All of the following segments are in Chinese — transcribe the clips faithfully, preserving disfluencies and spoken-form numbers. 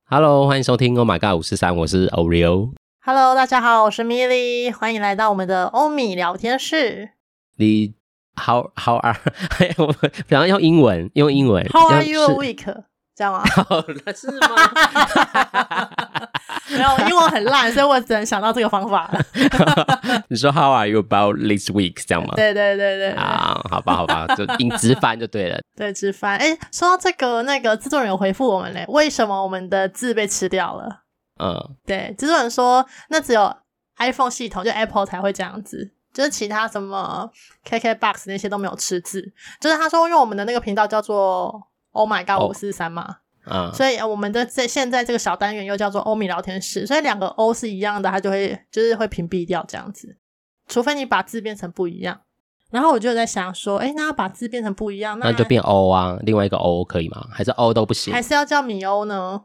Hello， 欢迎收听 Oh My God 五四三，我是 Oreo。Hello， 大家好，我是 Millie， 欢迎来到我们的欧米聊天室。 你 How How are？ 我想要用英文，用英文。 How are you a week？ 这样吗？ 好了，是吗？ 没有，英文很烂，所以我只能想到这个方法了。 你说 How are you about this week？ 这样吗？ 对对对对。 啊，好吧好吧，就硬直翻就对了。 对，直翻。哎，说到这个，那个制作人有回复我们嘞，为什么我们的字被吃掉了？ 嗯， 对，制作人说那只有 iPhone 系统，就 Apple 才会这样子。就是其他什么 K K B O X 那些都没有吃字，就是他说因为我们的那个频道叫做 Oh My God 五四三嘛， 嗯， 所以我们的这现在这个小单元又叫做欧米聊天室，所以两个 O 是一样的，它就会就是会屏蔽掉这样子，除非你把字变成不一样。然后我就在想说，诶，那要把字变成不一样， 那就变 O 啊，另外一个 O 可以吗？还是 O 都不行？ 还是要叫米欧呢？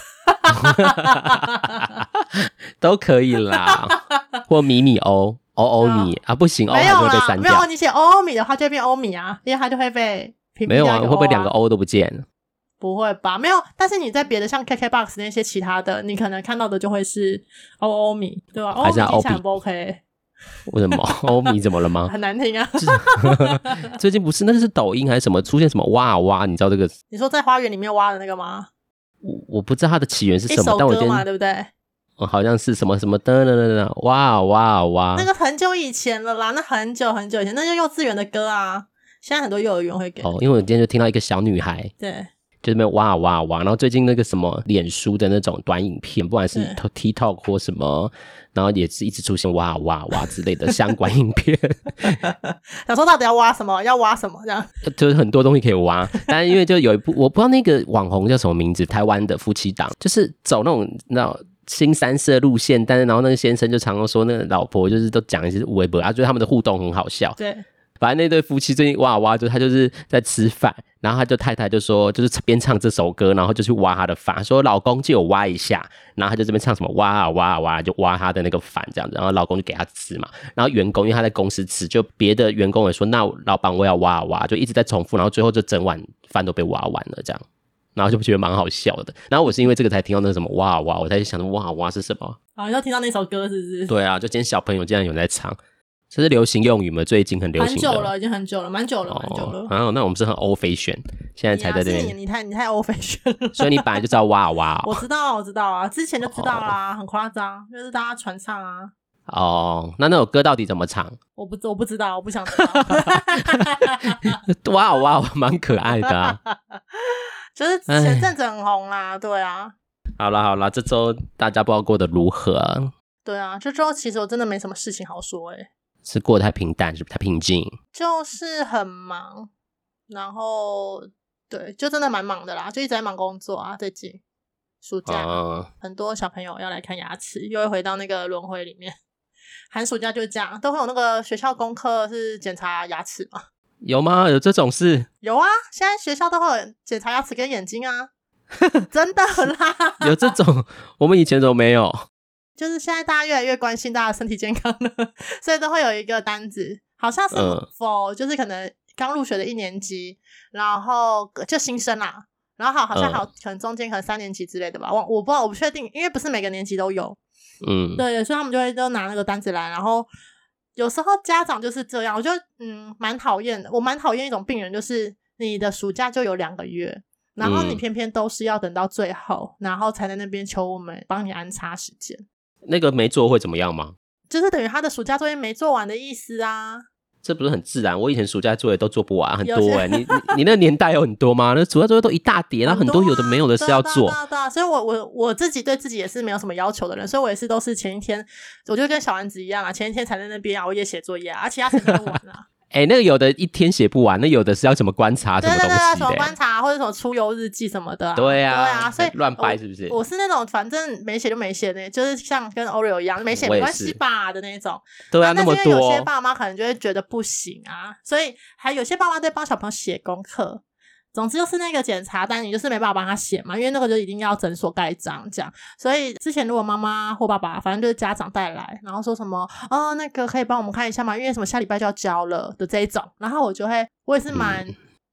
都可以啦，或米米欧。欧欧米啊，不行，欧还是会被删掉。 没有，你写欧欧米的话就会变欧米啊，因为它就会被屏蔽掉一个 O 啊。 没有啊，会不会两个欧都不见？ 不会吧，没有。但是你在别的像 K K B O X 那些其他的，你可能看到的就会是欧欧米，对吧？欧米听起来很不 OK。 为什么欧米怎么了吗？ 很难听啊。 最近不是那个是抖音还是什么出现什么挖啊挖？你知道这个？ 你说在花园里面挖的那个吗？ 我我不知道它的起源是什么， 一首但我歌嘛，对不对？ 好像是什么什么的的的的哇哇哇， 那个很久以前了啦，那很久很久以前，那就幼稚园的歌啊。现在很多幼儿园会给。 哦，因为我今天就听到一个小女孩， 对， 就在那边哇哇哇，然后最近那个什么脸书的那种短影片，不管是 TikTok 或什么，然后也是一直出现哇哇哇之类的相关影片。 想说到底要挖什么？要挖什么？这样就是很多东西可以挖，但因为就有一部我不知道那个网红叫什么名字，台湾的夫妻档，就是走那种那种。新三色路线，但是然后那个先生就常常说那个老婆就是都讲一些微博啊，觉得他们的互动很好笑。 对， 反正那对夫妻最近哇哇，就他就是在吃饭，然后他就太太就说，就是边唱这首歌，然后就去挖他的饭，说老公借我挖一下，然后他就这边唱什么挖啊挖啊挖，就挖他的那个饭这样子，然后老公就给他吃嘛，然后员工因为他在公司吃，就别的员工也说那老板我要挖啊挖，就一直在重复，然后最后就整碗饭都被挖完了这样。然后就觉得蛮好笑的，然后我是因为这个才听到那什么哇哇，我才想到哇哇是什么啊？你要听到那首歌是不是？ 对啊，就今天小朋友竟然有人在唱，这是流行用语吗？最近很流行的， 很久了，已经很久了，蛮久了，蛮久了。 然后、哦、那我们是很 old fashion， 现在才在这边。 你, 你太你太 old fashion 了， 所以你本来就知道哇哇、哦。 我知道，我知道啊，之前就知道啦，哦、很夸张，就是大家传唱啊。 哦，那那首歌到底怎么唱？ 我不我不知道，我不想知道。 哇哇，蛮可爱的啊。 就是前阵子很红啦，对啊。 好啦好啦，这周大家不知道过得如何、啊？ 对啊，这周其实我真的没什么事情好说诶、欸、 是过得太平淡，是不是太平静？ 就是很忙，然后对，就真的蛮忙的啦，就一直在忙工作啊。最近暑假、哦、很多小朋友要来看牙齿，又会回到那个轮回里面。寒暑假就是这样，都会有那个学校功课是检查牙齿嘛。 有吗？有这种事？ 有啊，现在学校都会有检查牙齿跟眼睛啊。真的啦。 有这种，我们以前都没有。 就是现在大家越来越关心大家的身体健康了，所以都会有一个单子，好像是 for、嗯、就是可能刚入学的一年级，然后就新生啦，然后好好像好、嗯、可能中间可能三年级之类的吧，我我不知道，我不确定，因为不是每个年级都有。嗯，对，所以他们就会都拿那个单子来，然后有时候家长就是这样，我觉得嗯蛮讨厌的。我蛮讨厌一种病人，就是你的暑假就有两个月，然后你偏偏都是要等到最后，然后才在那边求我们帮你安插时间。 那个没做会怎么样吗？ 就是等于他的暑假作业没做完的意思啊。 这不是很自然？我以前暑假作业都做不完，很多哎、欸。你你你那个年代有很多吗？那暑假作业都一大叠，然后很多有的没有的是要做。 对啊，对啊，所以我我我自己对自己也是没有什么要求的人，所以我也是都是前一天，我就跟小丸子一样啊，前一天才在那边熬夜写作业啊，而其他时间都完了。 哎、欸，那个有的一天写不完，那有的是要怎么观察什么东西的、欸？ 对对对，什么观察或者什么出游日记什么的、啊。 对啊， 对啊，所以乱掰是不是？ 我, 我是那种反正没写就没写的，就是像跟 Oreo 一样，没写没关系吧的那种。 对啊，那么多。 有些爸妈可能就会觉得不行啊，所以还有些爸妈在帮小朋友写功课。总之就是那个检查单，你就是没办法帮他写嘛，因为那个就一定要诊所盖章这样。所以之前如果妈妈或爸爸，反正就是家长带来，然后说什么哦，那个可以帮我们看一下吗？因为什么下礼拜就要交了的这一种，然后我就会，我也是蛮、嗯、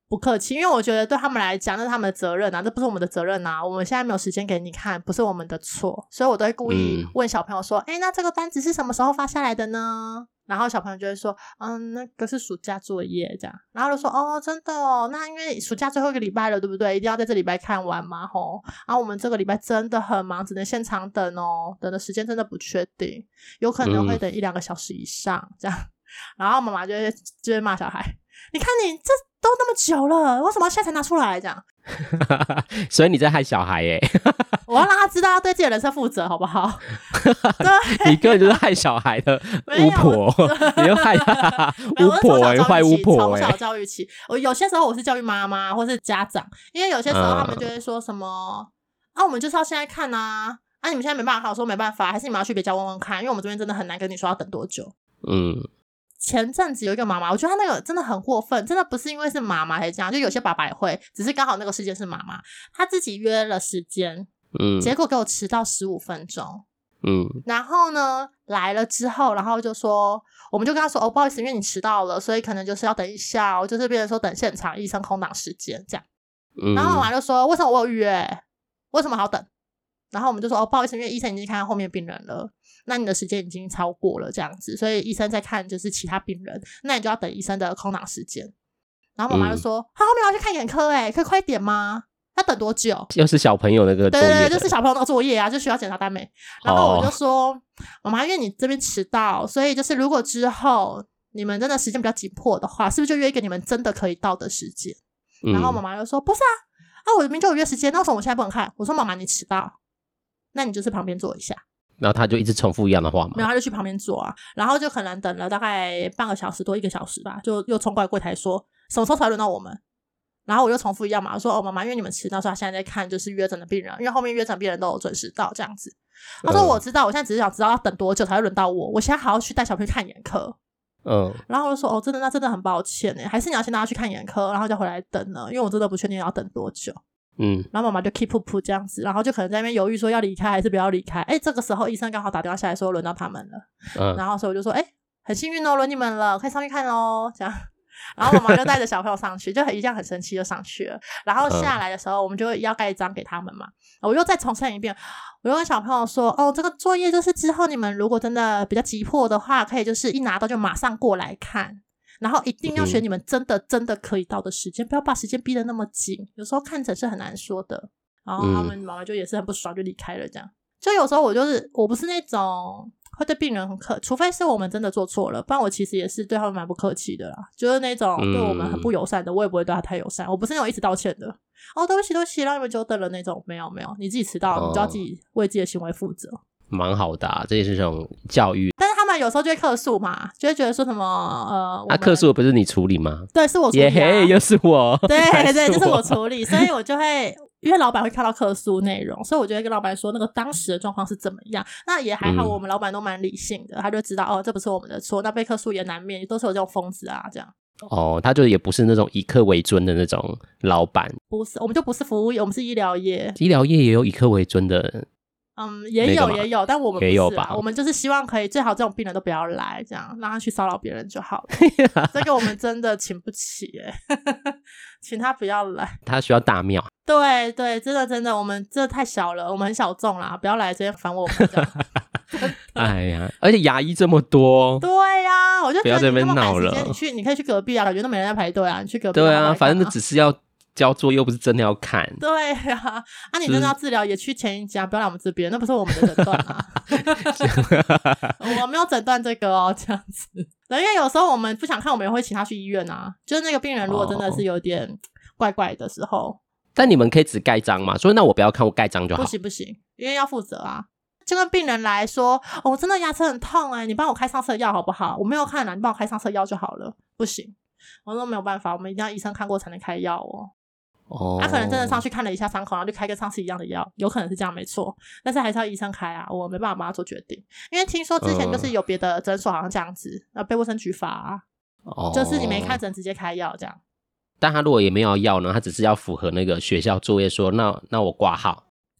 不客气，因为我觉得对他们来讲那是他们的责任啊，这不是我们的责任啊，我们现在没有时间给你看，不是我们的错，所以我都会故意问小朋友说，诶、嗯、那这个单子是什么时候发下来的呢？然后小朋友就会说，嗯，那个是暑假作业这样，然后就说，哦，真的哦，那因为暑假最后一个礼拜了，对不对？一定要在这礼拜看完嘛，吼。然后我们这个礼拜真的很忙，只能现场等哦，等的时间真的不确定，有可能会等一两个小时以上这样。然后妈妈就会就会骂小孩，你看你这都那么久了，为什么要现在才拿出来这样？ 所以你在害小孩耶我要让他知道要对自己的人生负责，好不好？对， 你根本就是害小孩的巫婆，你就害他巫婆哎，坏巫婆哎。 从小教育起，我有些时候我是教育妈妈或是家长，因为有些时候他们就会说什么、嗯、啊，我们就是要现在看啊，啊，你们现在没办法看，我说没办法，还是你们要去别家问问看，因为我们这边真的很难跟你说要等多久。 嗯。 前阵子有一个妈妈，我觉得她那个真的很过分，真的不是因为是妈妈才这样，就有些爸爸也会，只是刚好那个时间是妈妈，她自己约了时间，嗯，结果给我迟到十五分钟，嗯，然后呢来了之后，然后就说，我们就跟她说，哦，不好意思，因为你迟到了，所以可能就是要等一下哦，就是变成说等现场医生空档时间这样，嗯，然后妈妈就说，为什么我有预约？为什么还要等？然后我们就说，哦，不好意思，因为医生已经看到后面病人了，那你的时间已经超过了这样子，所以医生在看就是其他病人，那你就要等医生的空档时间。然后妈妈就说，他、嗯、后面要去看眼科耶，可以快点吗？要等多久？ 又是小朋友那个作业。 对对对，就是小朋友那个作业啊，就需要检查单没。然后我就说，妈妈、哦，因为你这边迟到，所以就是如果之后你们真的时间比较紧迫的话，是不是就约一个你们真的可以到的时间？嗯、然后妈妈就说，不是啊，啊我明明就有约时间，那为什么我现在不能看？我说妈妈，你迟到，那你就是旁边坐一下。 然后他就一直重复一样的话嘛， 没有，他就去旁边坐啊，然后就可能等了大概半个小时多一个小时吧，就又冲过来柜台说什么时候才轮到我们，然后我又重复一样嘛，我说哦妈妈，因为你们迟到，所以他现在在看就是约诊的病人，因为后面约诊病人都有准时到这样子。他说我知道，我现在只是想知道要等多久才会轮到我，我现在还要去带小朋友看眼科。嗯，然后我就说哦真的，那真的很抱歉耶，还是你要先带他去看眼科，然后再回来等呢，因为我真的不确定要等多久。嗯，然后妈妈就 keep up 这样子，然后就可能在那边犹豫说要离开还是不要离开。哎，这个时候医生刚好打电话下来说轮到他们了，嗯，然后所以我就说，哎，很幸运哦，轮你们了，可以上去看咯，这样。然后妈妈就带着小朋友上去，就很一样很生气就上去了。然后下来的时候，我们就要盖章给他们嘛。我又再重申一遍，我又跟小朋友说，哦，这个作业就是之后你们如果真的比较急迫的话，可以就是一拿到就马上过来看。然后一定要选你们真的、嗯、真的可以到的时间，不要把时间逼得那么紧，有时候看诊是很难说的。然后他们妈妈就也是很不爽就离开了这样。就有时候我就是我不是那种会对病人很客，除非是我们真的做错了，不然我其实也是对他们蛮不客气的啦，就是那种对我们很不友善的，我也不会对他太友善，我不是那种一直道歉的，哦对不起对不起让你们久等了那种，没有没有，你自己迟到、哦、你就要自己为自己的行为负责。 蛮好的啊，这也是这种教育。 但是他们有时候就会客诉嘛，就会觉得说什么呃， 那、啊、客诉不是你处理吗？ 对，是我处理、啊， 耶、yeah, 又是我， 对对，就是我处理，所以我就会因为老板会看到客诉内容，所以我就会跟老板说那个当时的状况是怎么样。那也还好，我们老板都蛮理性的，嗯、他就知道哦，这不是我们的错，那被客诉也难免，都是有这种疯子啊，这样。 哦，他就也不是那种以客为尊的那种老板， 不是，我们就不是服务业，我们是医疗业， 医疗业也有以客为尊的。 嗯，也有也有，但我们不是、啊、 也有吧， 我们就是希望可以最好这种病人都不要来，这样让他去骚扰别人就好了。这个我们真的请不起耶请他不要来， 他需要大庙。 对对，真的真的，我们这太小了，我们很小众啦，不要来这边烦我们这样哎呀，而且牙医这么多， 对呀、啊，我就觉得不要这边闹了， 你去你可以去隔壁啊，感觉都没人在排队啊，你去隔壁。 对啊，反正只是要交作业，又不是真的要看。 对啊，啊，你真的要治疗也去前一家，不要来我们这边，那不是我们的诊断啊。我没有诊断这个哦，这样子。因为有时候我们不想看，我们也会请他去医院啊。就是那个病人如果真的是有点怪怪的时候，哦、 但你们可以只盖章嘛？所以那我不要看，我盖章就好。 不行不行，因为要负责啊。就跟病人来说，哦，我真的牙齿很痛哎、欸，你帮我开上色药好不好？我没有看啦，你帮我开上色药就好了。不行，我说没有办法，我们一定要医生看过才能开药哦。哦，他、啊、可能真的上去看了一下伤口，然后就开跟上次一样的药，有可能是这样没错，但是还是要医生开啊，我没办法帮他做决定，因为听说之前就是有别的诊所好像这样子，呃，被卫生局罚、啊哦，就是你没看诊直接开药这样。 但他如果也没有药呢，他只是要符合那个学校作业说，那那我挂号。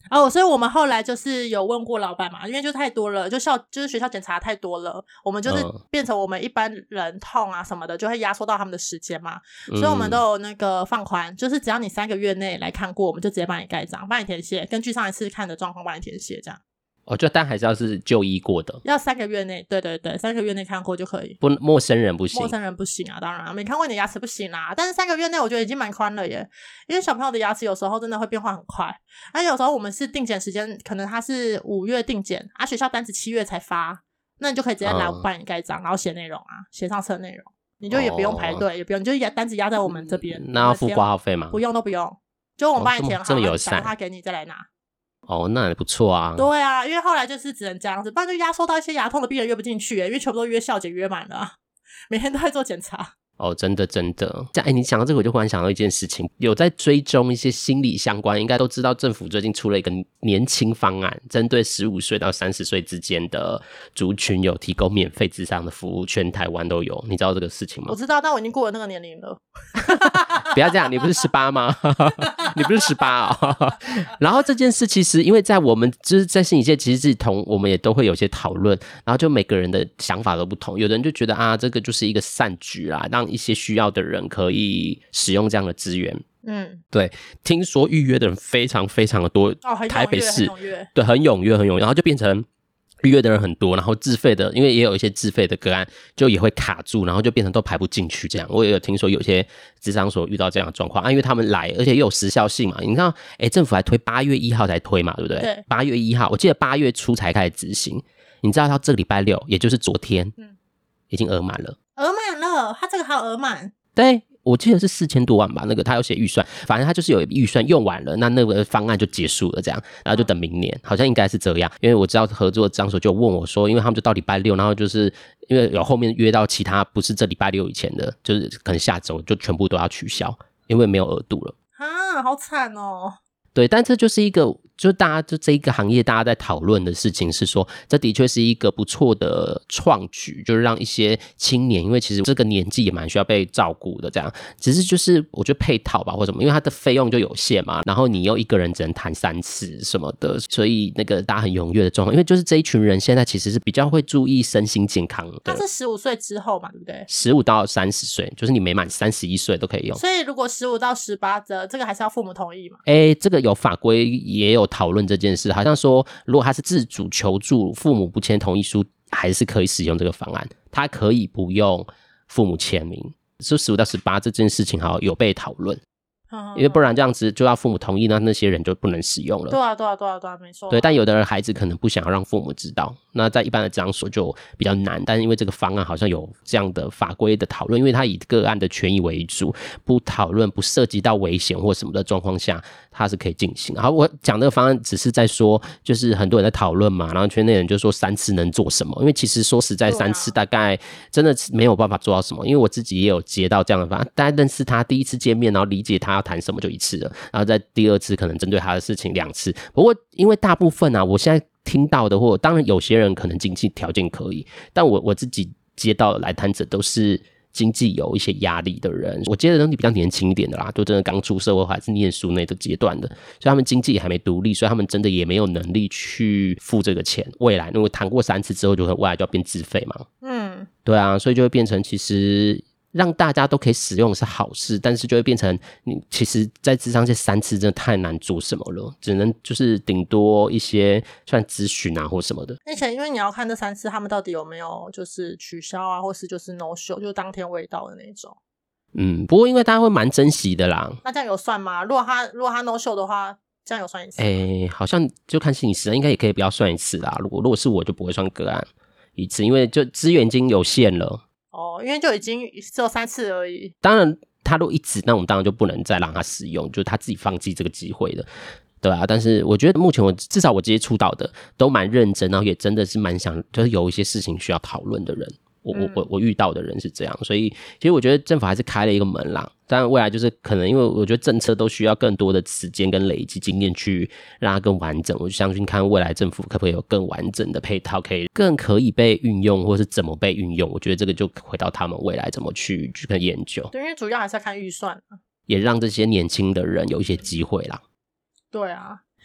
哦，所以我们后来就是有问过老板嘛，因为就太多了，就校就是学校检查太多了，我们就是变成我们一般人痛啊什么的，就会压缩到他们的时间嘛，嗯、所以我们都有那个放宽，就是只要你三个月内来看过，我们就直接帮你盖章，帮你填写，根据上一次看的状况帮你填写这样。 哦，就但还是要是就医过的， 要三个月内，对对对，三个月内看过就可以。 不，陌生人不行， 陌生人不行啊，当然没看过你的牙齿不行啦、啊。但是三个月内我觉得已经蛮宽了耶，因为小朋友的牙齿有时候真的会变化很快，而有时候我们是定检时间，可能他是五月定检，啊学校单子七月才发，那你就可以直接来帮你盖章，嗯、然后写内容啊，写上册内容，你就也不用排队，哦、也不用，你就压单子压在我们这边。 那要付挂号费吗？ 不用都不用，就我们帮你填好， 哦、这么友善， 他给你再来拿。 哦，那也不错啊。 对啊，因为后来就是只能这样子，不然就压缩到一些牙痛的病人约不进去耶，因为全部都约校检约满了、啊，每天都在做检查。哦， 真的真的，这样哎，你讲到这个，我就忽然想到一件事情，有在追踪一些心理相关，应该都知道政府最近出了一个年轻方案，针对十五岁到三十岁之间的族群有提供免费諮商的服务，全台湾都有。你知道这个事情吗？ 我知道，但我已经过了那个年龄了。 不要这样，你不是十八吗？你不是十八哦。然后这件事其实，因为在我们就是在心理界，其实是同我们也都会有些讨论，然后就每个人的想法都不同。有的人就觉得啊，这个就是一个善举啊，让一些需要的人可以使用这样的资源。嗯，对，听说预约的人非常非常的多， 哦， 台北市很踊跃， 对，很踊跃，很踊跃，然后就变成预约的人很多，然后自费的，因为也有一些自费的个案，就也会卡住，然后就变成都排不进去这样。我也有听说有些諮商所遇到这样的状况啊，因为他们来，而且也有时效性嘛。你看，哎，政府还推八月一号才推嘛，对不对？ 对， 八月一号，我记得八月初才开始执行。你知道到这个礼拜六，也就是昨天，嗯，已经额满了。 额满了，他这个还有额满？ 对。我记得是四千多万吧，那个他有写预算，反正他就是有预算用完了，那那个方案就结束了，这样，然后就等明年，好像应该是这样，因为我知道合作的张所就问我说，因为他们就到礼拜六，然后就是因为有后面约到其他不是这礼拜六以前的，就是可能下周就全部都要取消，因为没有额度了啊，好惨哦。 对，但这就是一个，就大家就这一个行业大家在讨论的事情是说，这的确是一个不错的创举，就是让一些青年，因为其实这个年纪也蛮需要被照顾的，这样，只是就是我觉得配套吧或什么，因为它的费用就有限嘛，然后你又一个人只能谈三次什么的，所以那个大家很踊跃的状况，因为就是这一群人现在其实是比较会注意身心健康的。 他是十五岁之后嘛，对不对？ 十五到三十岁，就是你没满三十一岁都可以用。 所以如果十五到十八的这个还是要父母同意嘛？ 哎，这个有法规也有讨论这件事，好像说如果他是自主求助，父母不签同意书，还是可以使用这个方案，他可以不用父母签名。说十五到十八这件事情好像有被讨论。因为不然这样子就要父母同意，那那些人就不能使用了。 对啊对啊对啊对啊，没错、啊。 对，但有的人孩子可能不想要让父母知道，那在一般的场所就比较难。但是因为这个方案好像有这样的法规的讨论，因为它以个案的权益为主，不讨论不涉及到危险或什么的状况下，它是可以进行。然后我讲这个方案只是在说，就是很多人在讨论嘛，然后圈内人就说三次能做什么？因为其实说实在，三次大概真的没有办法做到什么。因为我自己也有接到这样的方案，大家认识他第一次见面，然后理解他要谈什么就一次了，然后在第二次可能针对他的事情两次。不过因为大部分啊，我现在听到的，或当然有些人可能经济条件可以，但我我自己接到的来谈者都是经济有一些压力的人，我接的东西比较年轻一点的啦，都真的刚出社会还是念书那个阶段的，所以他们经济也还没独立，所以他们真的也没有能力去付这个钱。未来如果谈过三次之后，就未来就要变自费嘛。嗯，对啊，所以就会变成其实让大家都可以使用是好事，但是就会变成你其实在諮商这三次真的太难做什么了，只能就是顶多一些算咨询啊或什么的。 而且因为你要看这三次他们到底有没有就是取消啊，或是就是 no show， 就当天未到的那种。 嗯，不过因为大家会蛮珍惜的啦。 那这样有算吗？如果他如果他 no show 的话，这样有算一次吗？ 诶，好像就看心理师，应该也可以不要算一次啦。如果如果是我就不会算个案一次，因为就资源已经有限了。 哦，因为就已经只有三次而已。 当然他如果一直，那我们当然就不能再让他使用，就是他自己放弃这个机会的，对啊。但是我觉得目前我至少我接触到的都蛮认真，然后也真的是蛮想就是有一些事情需要讨论的人，我我我我遇到的人是这样，所以其实我觉得政府还是开了一个门啦。当然未来就是可能因为我觉得政策都需要更多的时间跟累积经验去让它更完整，我就相信看未来政府可不可以有更完整的配套，可以更可以被运用，或是怎么被运用，我觉得这个就回到他们未来怎么去去跟研究。 对，因为主要还是要看预算， 也让这些年轻的人有一些机会啦。 对啊，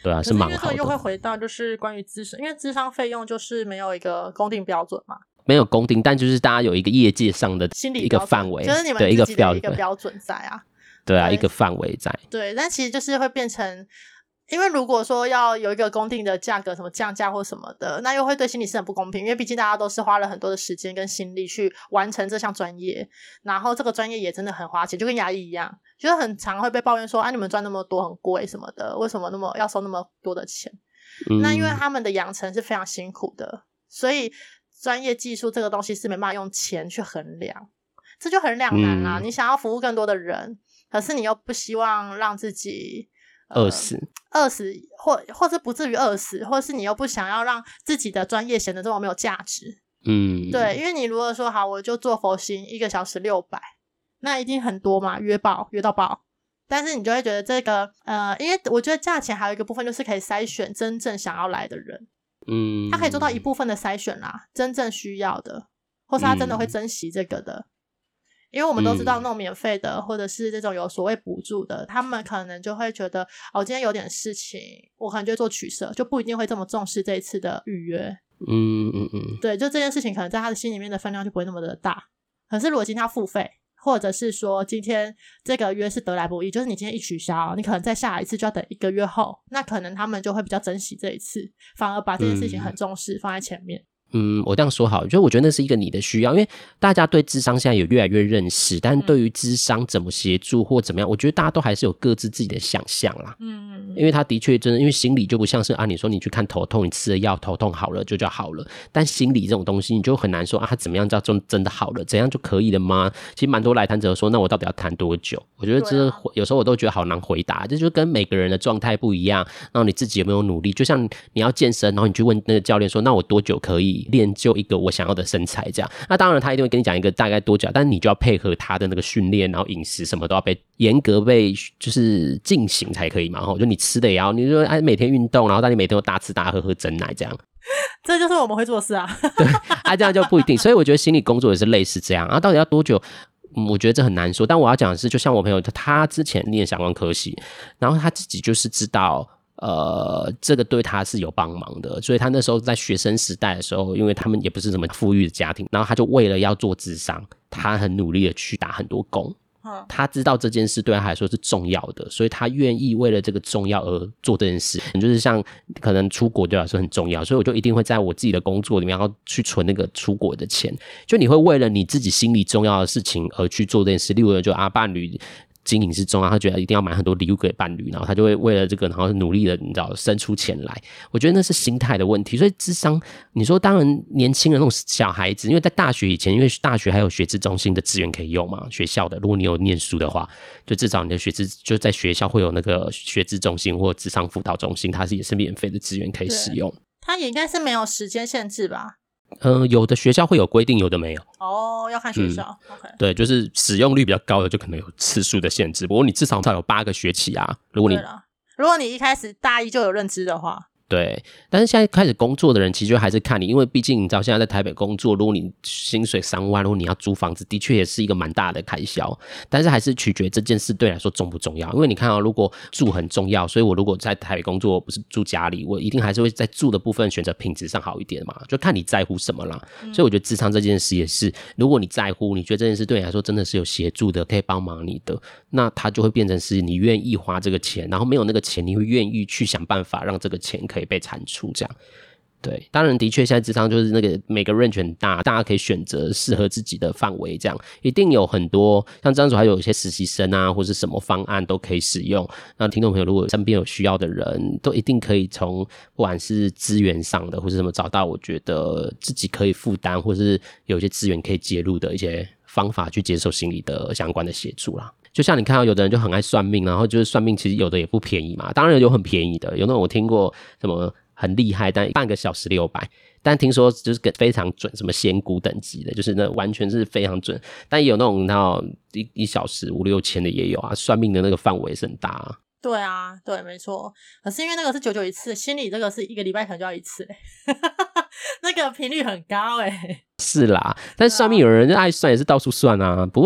对啊，是蛮好的。 可是因为这个又会回到就是关于咨商，因为咨商费用就是没有一个公定标准嘛。 没有公定，但就是大家有一个业界上的心理一个范围， 就是你们自己的一个标准在啊。 对啊，一个范围在。 对，但其实就是会变成，因为如果说要有一个公定的价格，什么降价或什么的，那又会对心理师很不公平，因为毕竟大家都是花了很多的时间跟心力去完成这项专业，然后这个专业也真的很花钱，就跟牙医一样，就是很常会被抱怨说啊，你们赚那么多很贵什么的，为什么那么要收那么多的钱？嗯、那因为他们的养成是非常辛苦的，所以专业技术这个东西是没办法用钱去衡量，这就很两难啦、嗯、你想要服务更多的人，可是你又不希望让自己饿死饿死或或是不至于饿死，或是你又不想要让自己的专业显得这么没有价值。嗯，对，因为你如果说好我就做佛心一个小时六百，那一定很多嘛，约爆约到爆，但是你就会觉得这个呃，因为我觉得价钱还有一个部分就是可以筛选真正想要来的人。嗯，他可以做到一部分的筛选啦，真正需要的，或是他真的会珍惜这个的。因为我们都知道那种免费的、嗯、或者是这种有所谓补助的，他们可能就会觉得哦，今天有点事情我可能就会做取舍，就不一定会这么重视这一次的预约。嗯嗯嗯，对，就这件事情可能在他的心里面的分量就不会那么的大。可是如果今天要付费，或者是说今天这个约是得来不易，就是你今天一取消，你可能再下来一次就要等一个月后，那可能他们就会比较珍惜这一次，反而把这件事情很重视、嗯、放在前面。 嗯，我这样说好，就我觉得那是一个你的需要，因为大家对諮商现在有越来越认识，但对于諮商怎么协助或怎么样，我觉得大家都还是有各自自己的想象啦。嗯，因为他的确真的，因为心理就不像是啊，你说你去看头痛，你吃了药头痛好了就就好了，但心理这种东西你就很难说啊，他怎么样叫做真的好了，怎样就可以了吗？其实蛮多来谈者说，那我到底要谈多久？我觉得这、啊、有时候我都觉得好难回答，这就跟每个人的状态不一样，然后你自己有没有努力？就像你要健身，然后你去问那个教练说，那我多久可以练就一个我想要的身材这样？那当然他一定会跟你讲一个大概多久，但是你就要配合他的那个训练，然后饮食什么都要被严格被就是进行才可以嘛。就你吃的也要，你说哎每天运动，然后但你每天都大吃大喝喝真奶这样。 这就是我们会做的事啊。 对啊，这样就不一定。所以我觉得心理工作也是类似这样啊，到底要多久？嗯，我觉得这很难说。但我要讲的是，就像我朋友他之前念相关科系，然后他自己就是知道呃，这个对他是有帮忙的，所以他那时候在学生时代的时候，因为他们也不是什么富裕的家庭，然后他就为了要做諮商，他很努力的去打很多工。他知道这件事对他来说是重要的，所以他愿意为了这个重要而做这件事。就是像可能出国对我来说很重要，所以我就一定会在我自己的工作里面要去存那个出国的钱。就你会为了你自己心里重要的事情而去做这件事，例如就啊伴侣经营是重要，他觉得一定要买很多礼物给伴侣，然后他就会为了这个然后努力的你知道生出钱来。我觉得那是心态的问题。所以諮商你说当然年轻人那种小孩子，因为在大学以前，因为大学还有学资中心的资源可以用嘛，学校的如果你有念书的话，就至少你的学资就在学校会有那个学资中心或諮商辅导中心，它是也是免费的资源可以使用。 它也应该是没有时间限制吧？ 呃，有的学校会有规定，有的没有。 哦，要看学校。嗯、OK， 对，就是使用率比较高的就可能有次数的限制。不过你至少有八个学期啊，如果你如果你一开始大一就有认知的话。 对，但是现在开始工作的人其实就还是看你，因为毕竟你知道现在在台北工作，如果你薪水三万，如果你要租房子，的确也是一个蛮大的开销。但是还是取决这件事对你来说重不重要。因为你看啊、哦，如果住很重要，所以我如果在台北工作，不是住家里，我一定还是会在住的部分选择品质上好一点嘛，就看你在乎什么啦。嗯、所以我觉得諮商这件事也是，如果你在乎，你觉得这件事对你来说真的是有协助的，可以帮忙你的，那它就会变成是你愿意花这个钱，然后没有那个钱，你会愿意去想办法让这个钱可以被产出这样。对，当然的确现在諮商就是那个每个 range 很大，大家可以选择适合自己的范围这样，一定有很多像这样子还有一些实习生啊或是什么方案都可以使用。那听众朋友如果身边有需要的人，都一定可以从不管是资源上的或是什么找到我觉得自己可以负担或是有一些资源可以介入的一些方法去接受心理的相关的协助啦。就像你看到有的人就很爱算命，然后就是算命其实有的也不便宜嘛，当然有很便宜的，有那种我听过什么很厉害但半个小时六百，但听说就是非常准，什么仙姑等级的，就是那完全是非常准。但也有那种那一一小时五六千的也有啊，算命的那个范围是很大啊。 对啊，对，没错。可是因为那个是久久一次，心理这个是一个礼拜可能就要一次嘞，那个频率很高哎。 是啦，但是算命有人爱算也是到处算啊，不过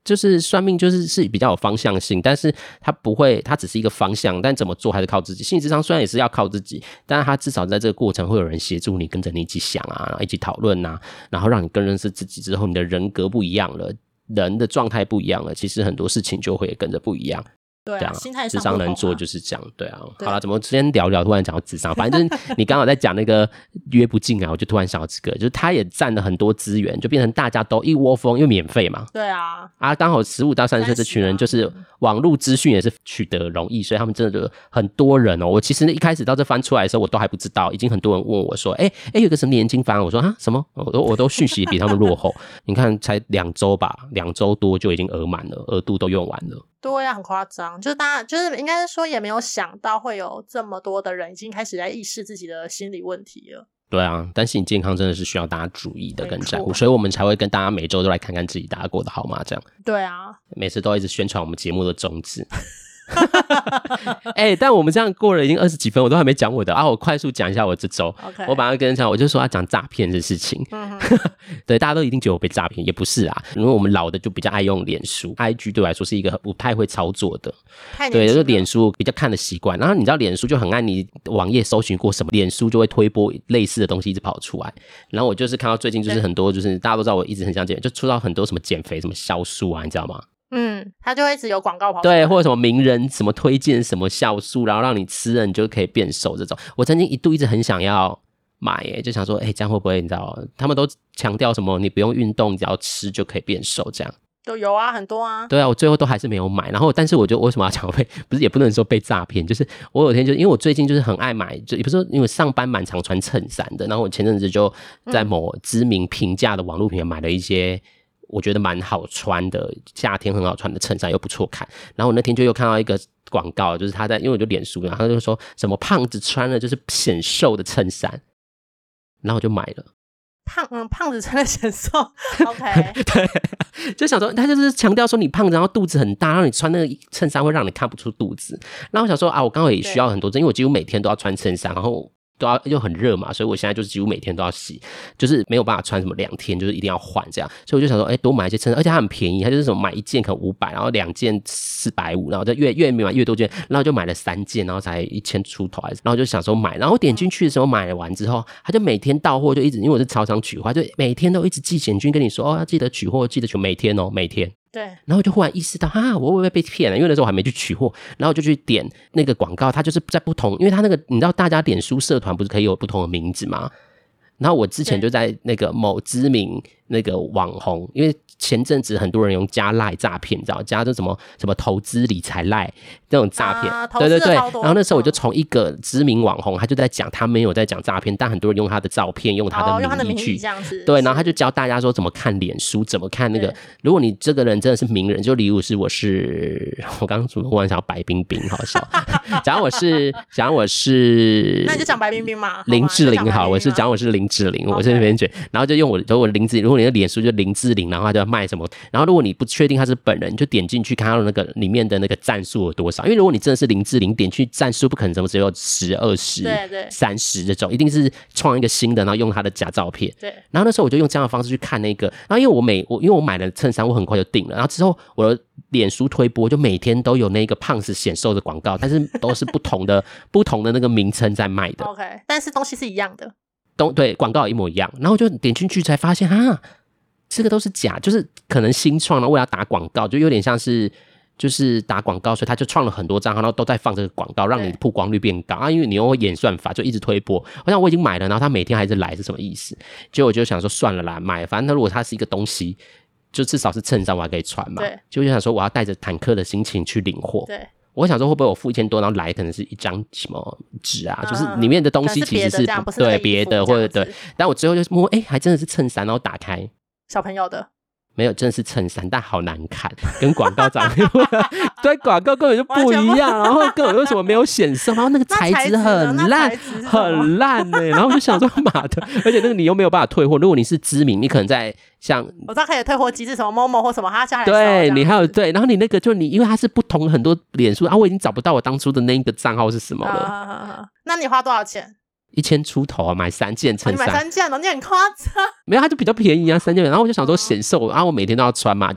就是算命就是是比较有方向性，但是它不会，它只是一个方向，但怎么做还是靠自己。心理咨商虽然也是要靠自己，但是它至少在这个过程会有人协助你，跟着你一起想啊，然后一起讨论啊，然后让你更认识自己之后，你的人格不一样了，人的状态不一样了，其实很多事情就会跟着不一样。 对啊，心态上智商能做就是这样，对啊。对好了，怎么今天聊聊突然讲到智商？反正就是你刚好在讲那个约不进来，我就突然想到这个，就是他也占了很多资源，就变成大家都一窝蜂，因为免费嘛。 对啊， 啊，刚好十五到三十岁这群人，就是网络资讯也是取得容易，所以他们真的就很多人哦。我其实一开始到这翻出来的时候，我都还不知道，已经很多人问我说：“哎、欸、哎、欸，有个什么年轻番？”我说：“啊，什么？”我都我都讯息比他们落后。你看，才两周吧，两周多就已经额满了，额度都用完了。 对呀、啊，很夸张，就是大家就是应该是说也没有想到会有这么多的人已经开始在意识自己的心理问题了。 对啊，但心理健康真的是需要大家注意的跟在乎，所以我们才会跟大家每周都来看看自己大家过得好吗？这样。 对啊， 每次都一直宣传我们节目的宗旨。哎、欸，但我们这样过了已经二十几分，我都还没讲我的啊！我快速讲一下我这周。 Okay. 我本来跟人讲，我就说要讲诈骗的事情。嗯、对，大家都一定觉得我被诈骗，也不是啊，因为我们老的就比较爱用脸书 ，I G 对我来说是一个不太会操作的。对，就脸书比较看的习惯，然后你知道脸书就很爱你网页搜寻过什么，脸书就会推播类似的东西一直跑出来。然后我就是看到最近就是很多，就是大家都知道我一直很想减，就出到很多什么减肥什么酵素啊，你知道吗？ 嗯，他就会一直有广告跑出来， 对，或者什么名人什么推荐什么酵素，然后让你吃了你就可以变瘦这种。我曾经一度一直很想要买耶，就想说，哎、欸，这样会不会你知道？他们都强调什么你不用运动，只要吃就可以变瘦这样。 都有啊，很多啊。 对啊，我最后都还是没有买。然后，但是我就为什么要讲被不是也不能说被诈骗，就是我有一天就因为我最近就是很爱买，就也不是说因为上班蛮常穿衬衫的，然后我前阵子就在某知名平价的网络平台买了一些。我觉得蛮好穿的，夏天很好穿的衬衫又不错看。然后我那天就又看到一个广告，就是他在，因为我就脸书，然后他就说什么胖子穿了就是显瘦的衬衫，然后我就买了。 胖嗯，胖子穿了显瘦 ，OK， 对，就想说他就是强调说你胖子，然后肚子很大，然后你穿那个衬衫会让你看不出肚子。然后我想说啊，我刚好也需要很多，因为我几乎每天都要穿衬衫，然后。都要又很热嘛，所以我现在就是几乎每天都要洗，就是没有办法穿什么两天，就是一定要换这样，所以我就想说，哎、欸，多买一些衬衫，而且它很便宜，它就是什么买一件可能五百，然后两件四百五，然后就越越买越多件，然后就买了三件，然后才一千出头，然后就想说买，然后点进去的时候买完之后，他就每天到货就一直，因为我是超商取货，就每天都一直寄简讯跟你说，哦，要记得取货，记得取，每天哦，每天。 对， 然后我就忽然意识到，哈，我会不会被骗了？因为那时候我还没去取货，然后我就去点那个广告，它就是在不同，因为它那个你知道，大家脸书社团不是可以有不同的名字吗？然后我之前就在那个某知名那个网红，因为前阵子很多人用加赖诈骗，你知道加这什么什么投资理财赖那种诈骗、啊，对对对。然后那时候我就从一个知名网红，他就在讲，他没有在讲诈骗，但很多人用他的照片，用他的名义去， 哦、这样子对，然后他就教大家说怎么看脸书，怎么看那个。如果你这个人真的是名人，就例如是我是我刚刚怎么忽然想要白冰冰，好笑。假如我是假如我是， 那你就讲白冰冰嘛， 林志玲好，我是讲我是林志玲，我是那边卷，然后就用我如果林志，如果你的脸书就林志玲，然后他就要卖什么，然后如果你不确定他是本人，就点进去看他那个里面的那个赞数有多少，因为如果你真的是林志玲，点去赞数不可能怎么只有十、二十、三十这种，一定是创一个新的，然后用他的假照片。 对。 然后那时候我就用这样的方式去看那个，然后因为我每我因为我买了衬衫，我很快就订了，然后之后我的脸书推播就每天都有那个胖子显瘦的广告，但是都是不同的不同的那个名称在卖的。 OK， 但是东西是一样的。 都对，广告一模一样，然后就点进去才发现啊，这个都是假，就是可能新创了，为了打广告，就有点像是就是打广告，所以他就创了很多账号，然后都在放这个广告，让你曝光率变高啊，因为你又会演算法，就一直推播。我想我已经买了，然后他每天还是来，是什么意思？结果我就想说算了啦，买了，反正他如果它是一个东西，就至少是衬衫，我还可以穿嘛。 对， 就想说我要带着坦克的心情去领货。 对。 我想说会不会我付一千多，然后来可能是一张什么纸啊、嗯，就是里面的东西其实是不是对别的或者对，但我最后就摸，哎、欸，还真的是衬衫，然后打开小朋友的。 没有，真的是衬衫，但好难看，跟广告长得对广告根本就不一样，然后根本为什么没有显色，然后那个材质很烂，很烂哎、欸，然后我就想说妈的，而且那个你又没有办法退货，如果你是知名，你可能在像我知道可以退货机制，什么 Momo 或什么，他家里对你还有对，然后你那个就你因为它是不同很多脸书啊，我已经找不到我当初的那一个账号是什么了。啊啊啊、那你花多少钱？ 一千出头啊，买三件衬衫、 哦，你买三件哦，你很夸张。 没有，它就比较便宜啊，三件。然后我就想说显瘦，然后我每天都要穿嘛，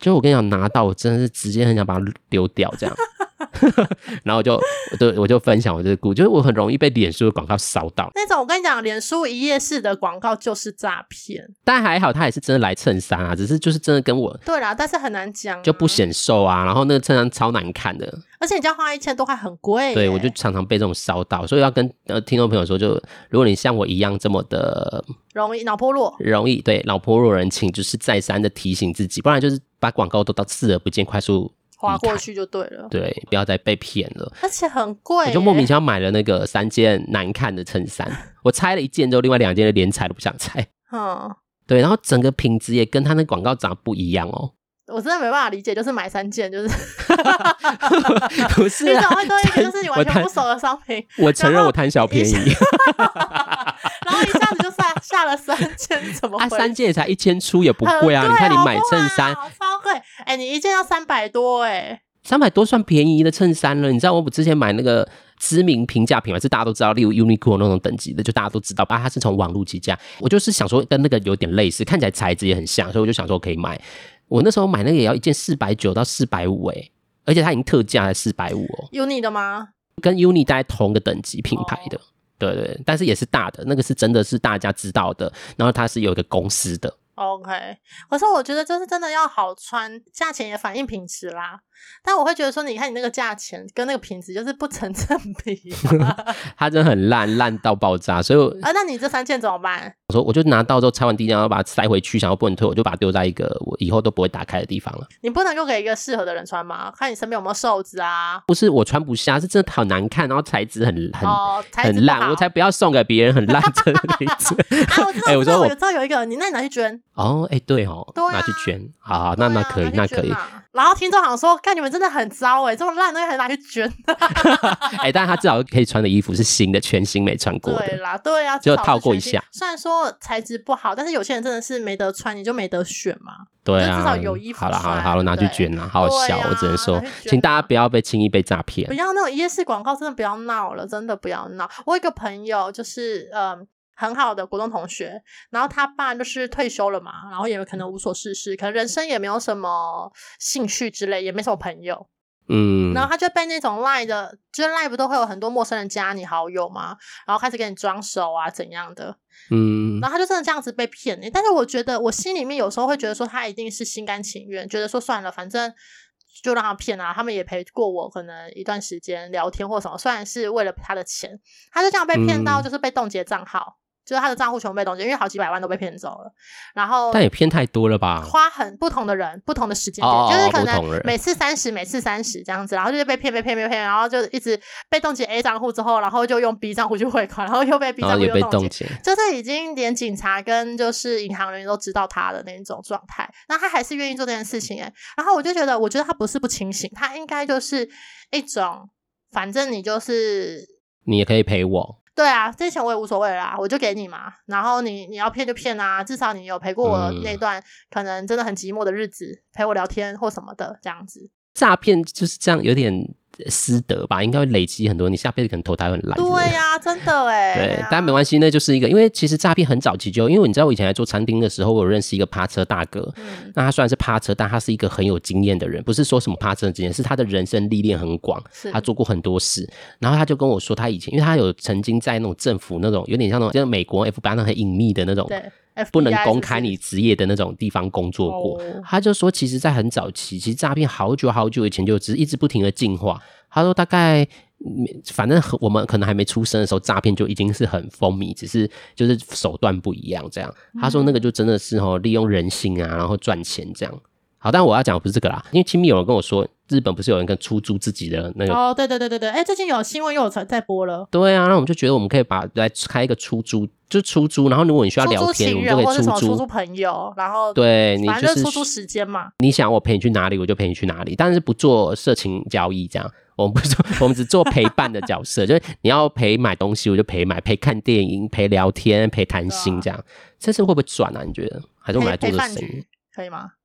就我跟你讲，拿到我真的是直接很想把它丢掉这样。然后我就我就我就分享我这个故事，就是我很容易被脸书的广告烧到。 那种我跟你讲，脸书一页式的广告就是诈骗。 但还好，他也是真的来衬衫啊，只是就是真的跟我对啦，但是很难讲、啊， 就不显瘦啊。然后那个衬衫超难看的， 而且你这样花一千多块很贵。 对，我就常常被这种烧到，所以要跟呃听众朋友说，就如果你像我一样这么的容易脑波弱， 容易对脑波弱人，请就是再三的提醒自己，不然就是把广告都到视而不见，快速滑过去就对了。 对，不要再被骗了。 而且很贵、欸， 我就莫名其妙买了那个三件难看的衬衫，我拆了一件之后，另外两件连拆都不想拆。 嗯， 对，然后整个品质也跟他那广告长得不一样哦。 我真的没办法理解，就是买三件，就是不是啊， 你怎么会多一个就是你完全不熟的商品？ 我承认我贪小便宜， 然后一下子就下下了三件，怎么会？ 啊，三件也才一千出，也不贵啊！你看你买衬衫， 超贵，哎、欸，你一件要三百多、欸，哎， 三百多算便宜的衬衫了。你知道我之前买那个知名平价品牌是大家都知道，例如 Uniqlo 那种等级的，就大家都知道吧？它是从网路起价，我就是想说跟那个有点类似，看起来材质也很像，所以我就想说可以买。我那时候买那个也要一件四百九到四百五，哎，而且它已经特价才四百五哦。 Uni 的吗？ 跟 Uni 大概同个等级品牌的， oh. 对对，但是也是大的，那个是真的是大家知道的，然后它是有一个公司的。 OK， 可是我觉得就是真的要好穿，价钱也反映品质啦。但我会觉得说，你看你那个价钱跟那个品质就是不成正比、啊， 它真的很烂，烂到爆炸。所以我啊，那你这三件怎么办？ 我说我就拿到之后拆完第一件，然后把它塞回去，想要不能退，我就把它丢在一个我以后都不会打开的地方了。 你不能就给一个适合的人穿吗？看你身边有没有瘦子啊？ 不是我穿不下，是真的好难看，然后材质很很、 哦、 很烂，我才不要送给别人很烂的例子。 啊，我知道，欸、我知道，我知道有一个，你那你拿去捐哦，哎、欸，对哦， 对、啊， 拿去捐，好好，那、啊、那可以，那可以。 然后听众好像说，看你们真的很糟哎，这么烂的东西还拿去捐。 哎、欸，但是他至少可以穿的衣服是新的，全新没穿过的。 对啦，对啊， 就套过一下。 虽然说材质不好，但是有些人真的是没得穿，你就没得选嘛。 对啊， 至少有衣服穿。 好了好了好了，拿去捐了，好好笑、啊，我只能说，请大家不要被轻易被诈骗。 不要那种夜市广告，真的不要闹了，真的不要闹。我有一个朋友，就是嗯。很好的国中同学，然后他爸就是退休了嘛，然后也可能无所事事，可能人生也没有什么兴趣之类，也没什么朋友， 嗯， 然后他就被那种 LINE 的，就是 LINE 不都会有很多陌生人加你好友嘛，然后开始给你装熟啊怎样的， 嗯， 然后他就真的这样子被骗、欸、但是我觉得我心里面有时候会觉得说他一定是心甘情愿，觉得说算了，反正就让他骗啊，他们也陪过我可能一段时间聊天或什么，虽然是为了他的钱，他就这样被骗到就是被冻结账号、嗯，就是他的账户全部被冻结，因为好几百万都被骗走了。然后但也骗太多了吧？花很不同的人，不同的时间点， 哦、 就是可能每次三十，每次三十这样子，然后就是被骗，被骗，被骗，然后就一直被冻结 A 账户之后，然后就用 B 账户去汇款，然后又被 B 账户又冻结，就是已经连警察跟就是银行人员都知道他的那种状态，那他还是愿意做这件事情哎、欸。然后我就觉得，我觉得他不是不清醒，他应该就是一种，反正你就是你也可以陪我。 对啊，这些钱我也无所谓啦，我就给你嘛。然后你你要骗就骗啊，至少你有陪过我那段、嗯、可能真的很寂寞的日子，陪我聊天或什么的这样子。 诈骗就是这样，有点私德吧，应该会累积很多，你下辈子可能投胎会很烂。 对呀、啊，真的哎。 对、啊，但没关系，那就是一个，因为其实诈骗很早期就，因为你知道我以前在做餐厅的时候，我有认识一个趴车大哥，嗯、那他虽然是趴车，但他是一个很有经验的人，不是说什么趴车的经验，是他的人生历练很广，他做过很多事。然后他就跟我说，他以前因为他有曾经在那种政府那种有点像那种，就是美国 F B I 那种很隐秘的那种。对。不能公开你职业的那种地方工作过，他就说其实在很早期，其实诈骗好久好久以前就只一直不停的进化。他说大概反正我们可能还没出生的时候，诈骗就已经是很风靡，只是就是手段不一样这样。他说那个就真的是哦利用人性啊，然后赚钱这样。好，但我要讲的不是这个啦，因为亲密有人跟我说，日本不是有人跟出租自己的那个哦，对对对对对，哎，最近有新闻又有在播了。 对啊，那我们就觉得我们可以把来开一个出租，就出租，然后如果你需要聊天，我们就可以出租， 出租朋友，然后对你、就是、 反正就是出租时间嘛。 你想我陪你去哪里，我就陪你去哪里，但是不做色情交易这样。我们不做，我们只做陪伴的角色，就是你要陪买东西，我就陪买；陪看电影，陪聊天，陪谈心这样。这次会不会转啊？你觉得？还是我们来做这个生意？ 可以吗？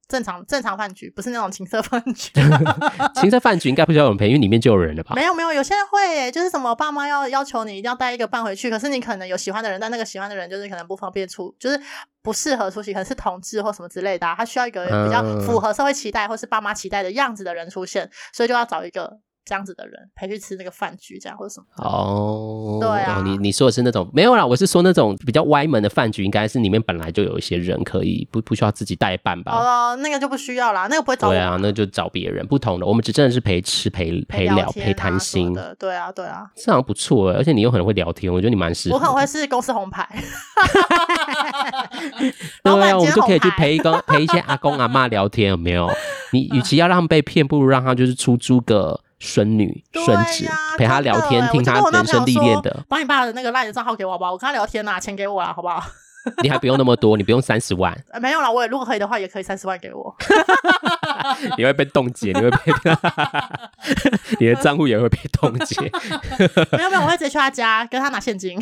正常正常饭局，不是那种情色饭局。 情色饭局应该不需要有人陪，因为里面就有人了吧？ 没有没有，有些人会耶，就是什么爸妈要要求你一定要带一个伴回去，可是你可能有喜欢的人，但那个喜欢的人就是可能不方便出，就是不适合出席，可能是同志或什么之类的、啊，他需要一个比较符合社会期待或是爸妈期待的样子的人出现，所以就要找一个这样子的人陪去吃那个饭局，这样或者什么哦， 对啊， 哦、你你说的是那种没有啦，我是说那种比较歪门的饭局，应该是里面本来就有一些人可以不不需要自己代办吧？ 哦，那个就不需要啦，那个不会找我。 对啊，那就找别人不同的，我们只真的是陪吃陪陪聊陪谈心的，对啊对啊， 这好像不错耶，而且你又很会聊天，我觉得你蛮适合。 我可能会是公司红牌。 对啊，我们就可以去陪一个陪一些阿公阿嬷聊天，有没有？你与其要让他们被骗，不如让他就是出租个孙女、孙子、啊、陪他聊天，听他人生历练的。 帮你爸的那个 LINE 的账号给我好不好？我跟他聊天啦，钱给我啦，好不好？ 你还不用那么多，你不用三十万、 呃。没有啦，我也如果可以的话，也可以三十万给我。 你会被冻结，你会被你的账户也会被冻结。 没有没有，我会直接去他家跟他拿现金。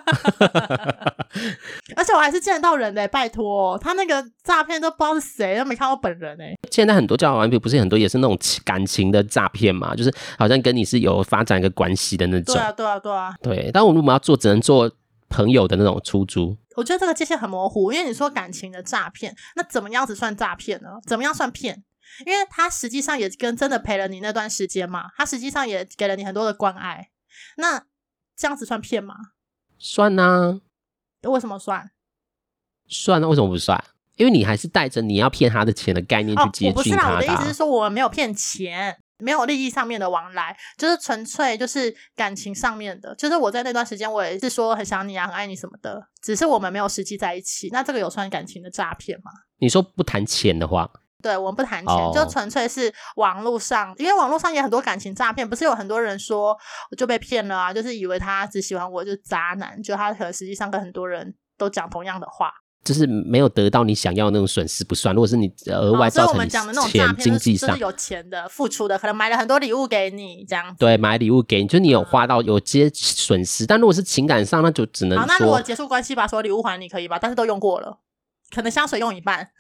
而且我还是见得到人的、欸，拜托，他那个诈骗都不知道是谁，都没看过本人哎、欸。 现在很多交友软体不是很多也是那种感情的诈骗嘛，就是好像跟你是有发展一个关系的那种。 对啊对啊对啊。对， 但我们如果要做，只能做朋友的那种出租。 我觉得这个界限很模糊，因为你说感情的诈骗，那怎么样子算诈骗呢？怎么样算骗？因为他实际上也跟真的陪了你那段时间嘛，他实际上也给了你很多的关爱，那这样子算骗吗？ 算啊。 为什么算？ 算啊，为什么不算？因为你还是带着你要骗他的钱的概念去接近他的、啊哦、 我不是啦，我的意思是说我们没有骗钱，没有利益上面的往来，就是纯粹就是感情上面的，就是我在那段时间我也是说很想你啊，很爱你什么的，只是我们没有实际在一起，那这个有算感情的诈骗吗？ 你说不谈钱的话， 对，我们不谈钱、oh. 就纯粹是网络上，因为网络上也很多感情诈骗，不是有很多人说我就被骗了啊，就是以为他只喜欢我就是渣男，就他可能实际上跟很多人都讲同样的话， 就是没有得到你想要的那种损失不算，如果是你额外造成你钱经济上、 哦、就是有钱的付出的，可能买了很多礼物给你这样子， 对，买礼物给你，就是你有花到有些损失、嗯、但如果是情感上那就只能说， 好，那如果结束关系把所有礼物还你可以吧，但是都用过了，可能香水用一半。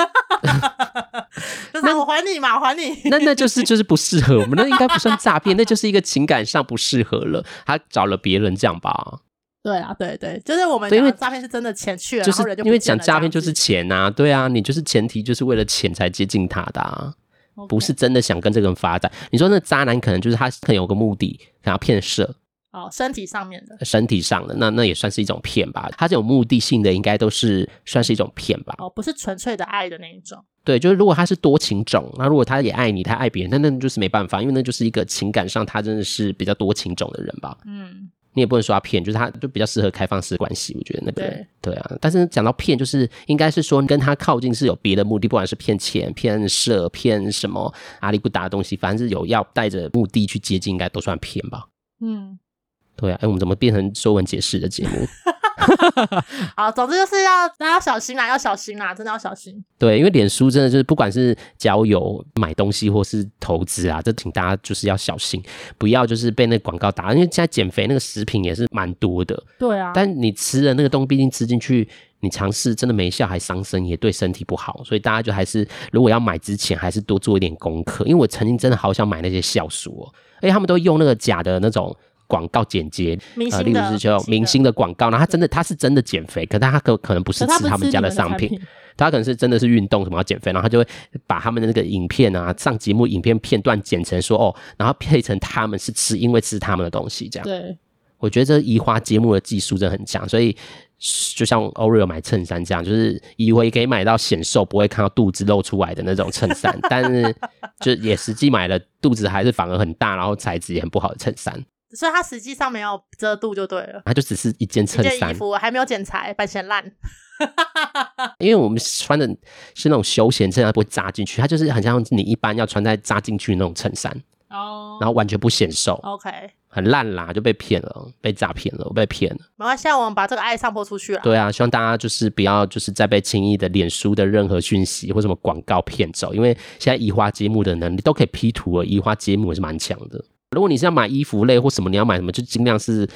就是我还你嘛，我还你。 那那就是就是不适合我们，那应该不算诈骗，那就是一个情感上不适合了，他找了别人这样吧。 对啊，对对，就是我们讲的诈骗是真的钱去了， 就是、 然后人就不因为讲诈骗就是钱啊，对啊，你就是前提就是为了钱才接近他的啊， okay. 不是真的想跟这个人发展。你说那渣男可能就是他可能有个目的，想要骗色。 哦，身体上面的， 身体上的那那也算是一种骗吧。他这种目的性的，应该都是算是一种骗吧。 哦，不是纯粹的爱的那一种。 对，就是如果他是多情种，那如果他也爱你，他爱别人，那那就是没办法，因为那就是一个情感上他真的是比较多情种的人吧。嗯，你也不能说他骗，就是他就比较适合开放式关系，我觉得那个人 对, 对啊。但是讲到骗，就是应该是说跟他靠近是有别的目的，不管是骗钱、骗色、骗什么阿里不达的东西，反正是有要带着目的去接近，应该都算骗吧。嗯。对啊，哎，我们怎么变成说文解释的节目？ 好，总之就是要大家要小心啦，要小心啦，真的要小心。 对，因为脸书真的就是不管是交友、买东西或是投资啊，这请大家就是要小心，不要就是被那广告打，因为现在减肥那个食品也是蛮多的。 对啊， 但你吃的那个东西，毕竟吃进去，你尝试真的没效还伤身，也对身体不好，所以大家就还是如果要买之前，还是多做一点功课。因为我曾经真的好想买那些酵素哦，而且他们都用那个假的那种广告简介，呃，例如是就明星的广告，然后他真的他是真的减肥，可他可可能不是吃他们家的商品，他可能是真的是运动什么要减肥，然后他就会把他们的那个影片啊，上节目影片片段剪成说哦，然后配成他们是吃，因为吃他们的东西这样。 对， 我觉得这移花接木的技术真的很强，所以就像 Oreo 买衬衫这样，就是以为可以买到显瘦不会看到肚子露出来的那种衬衫，但是就也实际买了肚子还是反而很大，然后材质也很不好的衬衫。 所以它实际上没有遮肚就对了， 它就只是一件衬衫， 一件衣服还没有剪裁，版嫌烂。 因为我们穿的是那种休闲衬衫，不会扎进去，它就是很像你一般要穿在扎进去的那种衬衫哦，然后完全不显瘦 ，OK， 很烂啦，就被骗了，被诈骗了，我被骗了。 没关系，我们把这个爱散播出去了。 对啊，希望大家就是不要就是再被轻易的脸书的任何讯息或什么广告骗走，因为现在移花接木的能力都可以 P 图了，移花接木也是蛮强的。如果你是要买衣服类或什么，你要买什么就尽量是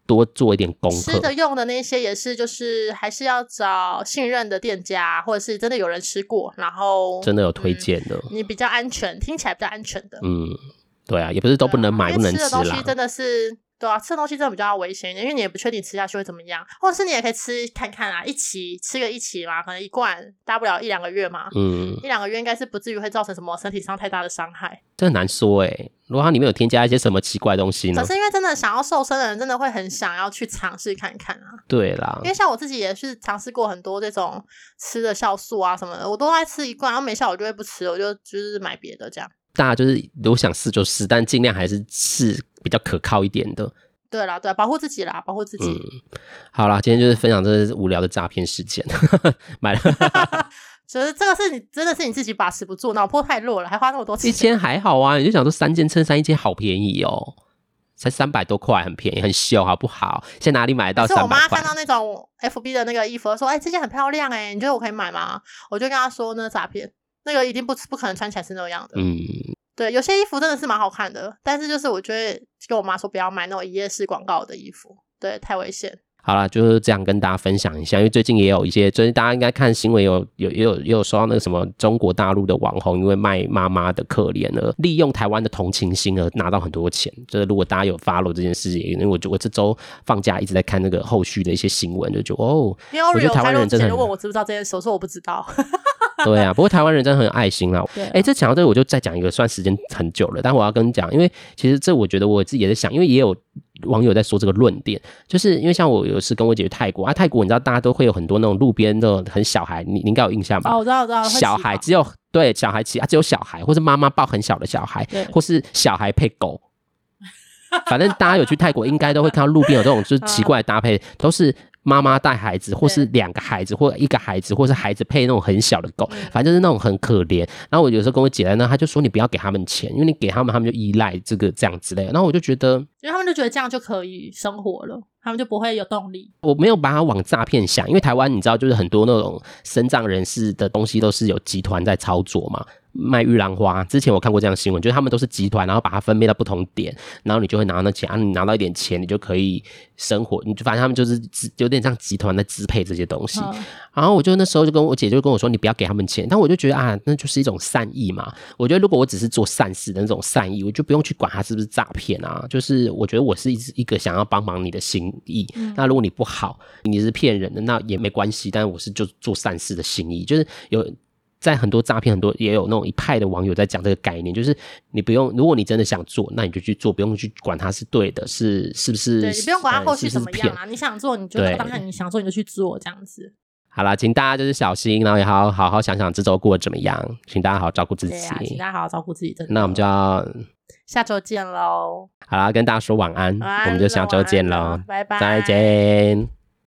多做一点功课。 吃的用的那些也是，就是还是要找信任的店家，或者是真的有人吃过，然后真的有推荐的、 嗯，你比较安全，听起来比较安全的。 嗯，对啊，也不是都不能买、啊、不能吃啦。 吃的东西真的是。对啊，吃的东西真的比较危险一点，因为你也不确定吃下去会怎么样，或者是你也可以吃看看啊，一起吃个一起嘛，可能一罐大不了一两个月嘛，嗯，一两个月应该是不至于会造成什么身体上太大的伤害。 这很难说欸，如果它里面有添加一些什么奇怪的东西呢？ 可是因为真的想要瘦身的人，真的会很想要去尝试看看啊。 对啦， 因为像我自己也是尝试过很多这种吃的酵素啊什么的，我都爱吃一罐，然后没效我就会不吃，我就就是买别的这样。 大家就是如果想试就试，但尽量还是试比较可靠一点的。 对啦，对啦，保护自己啦，保护自己。 嗯，好啦，今天就是分享这是无聊的诈骗事件，买了。 就是这个是你真的是你自己把持不住，脑波太弱了，还花那么多钱。 一千还好啊，你就想说三件衬衫一件好便宜哦，才三百多块，很便宜，很秀，好不好？现在哪里买得到三百块？ 是我妈看到那种 F B 的那个衣服，说：“哎、欸，这件很漂亮哎、欸，你觉得我可以买吗？”我就跟她说：“那诈骗，那个一定不不可能穿起来是那样的。”嗯。对，有些衣服真的是蛮好看的，但是就是我觉得跟我妈说不要买那种一页式广告的衣服，对，太危险。 好啦，就是这样跟大家分享一下，因为最近也有一些，最近大家应该看新闻有有也有也有收到那个什么中国大陆的网红，因为卖妈妈的可怜而利用台湾的同情心而拿到很多钱。就是如果大家有 follow 这件事情，因为我我这周放假一直在看那个后续的一些新闻，就觉得哦， 因为我觉得台湾人真的很问我知不知道这件事，我说我不知道。 对啊，不过台湾人真的很有爱心啦。哎、欸，这讲到这个我就再讲一个，算时间很久了，但我要跟你讲，因为其实这我觉得我自己也在想，因为也有网友在说这个论点，就是因为像我有时跟我姐去泰国啊，泰国你知道大家都会有很多那种路边的很小孩，你你应该有印象吧？ 哦，我知道，我知道， 小孩只有对小孩骑啊，只有小孩，或是妈妈抱很小的小孩，或是小孩配狗。反正大家有去泰国，应该都会看到路边有这种就是奇怪的搭配，都是妈妈带孩子，或是两个孩子，或者一个孩子，或是孩子配那种很小的狗，反正就是那种很可怜。然后我有时候跟我姐在那，她就说你不要给他们钱，因为你给他们，他们就依赖这个这样之类的。然后我就觉得， 因为他们就觉得这样就可以生活了，他们就不会有动力。 我没有把它往诈骗想，因为台湾你知道，就是很多那种身障人士的东西都是有集团在操作嘛。卖玉兰花，之前我看过这样的新闻，就是他们都是集团，然后把它分配到不同点，然后你就会拿到那钱，啊、你拿到一点钱，你就可以生活。你就发现他们就是有点像集团在支配这些东西。嗯、然后我就那时候就跟我姐就跟我说，你不要给他们钱。但我就觉得啊，那就是一种善意嘛。我觉得如果我只是做善事的那种善意，我就不用去管他是不是诈骗啊。就是我觉得我是一个想要帮忙你的心意。嗯、那如果你不好，你是骗人的，那也没关系。但是我是就做善事的心意，就是有。在很多诈骗，很多也有那种一派的网友在讲这个概念，就是你不用，如果你真的想做，那你就去做，不用去管它是对的，是是不是？ 对，你不用管它后续怎么样啊，你想做，你就当下你想做你就去做，这样子。 好啦，请大家就是小心，然后也好好好想想这周过得怎么样，请大家好好照顾自己。 对啊，请大家好好照顾自己。真的。 那我们就要下周见喽。 好啦，跟大家说晚安， 晚安， 我们就下周见喽， 拜拜， 再见。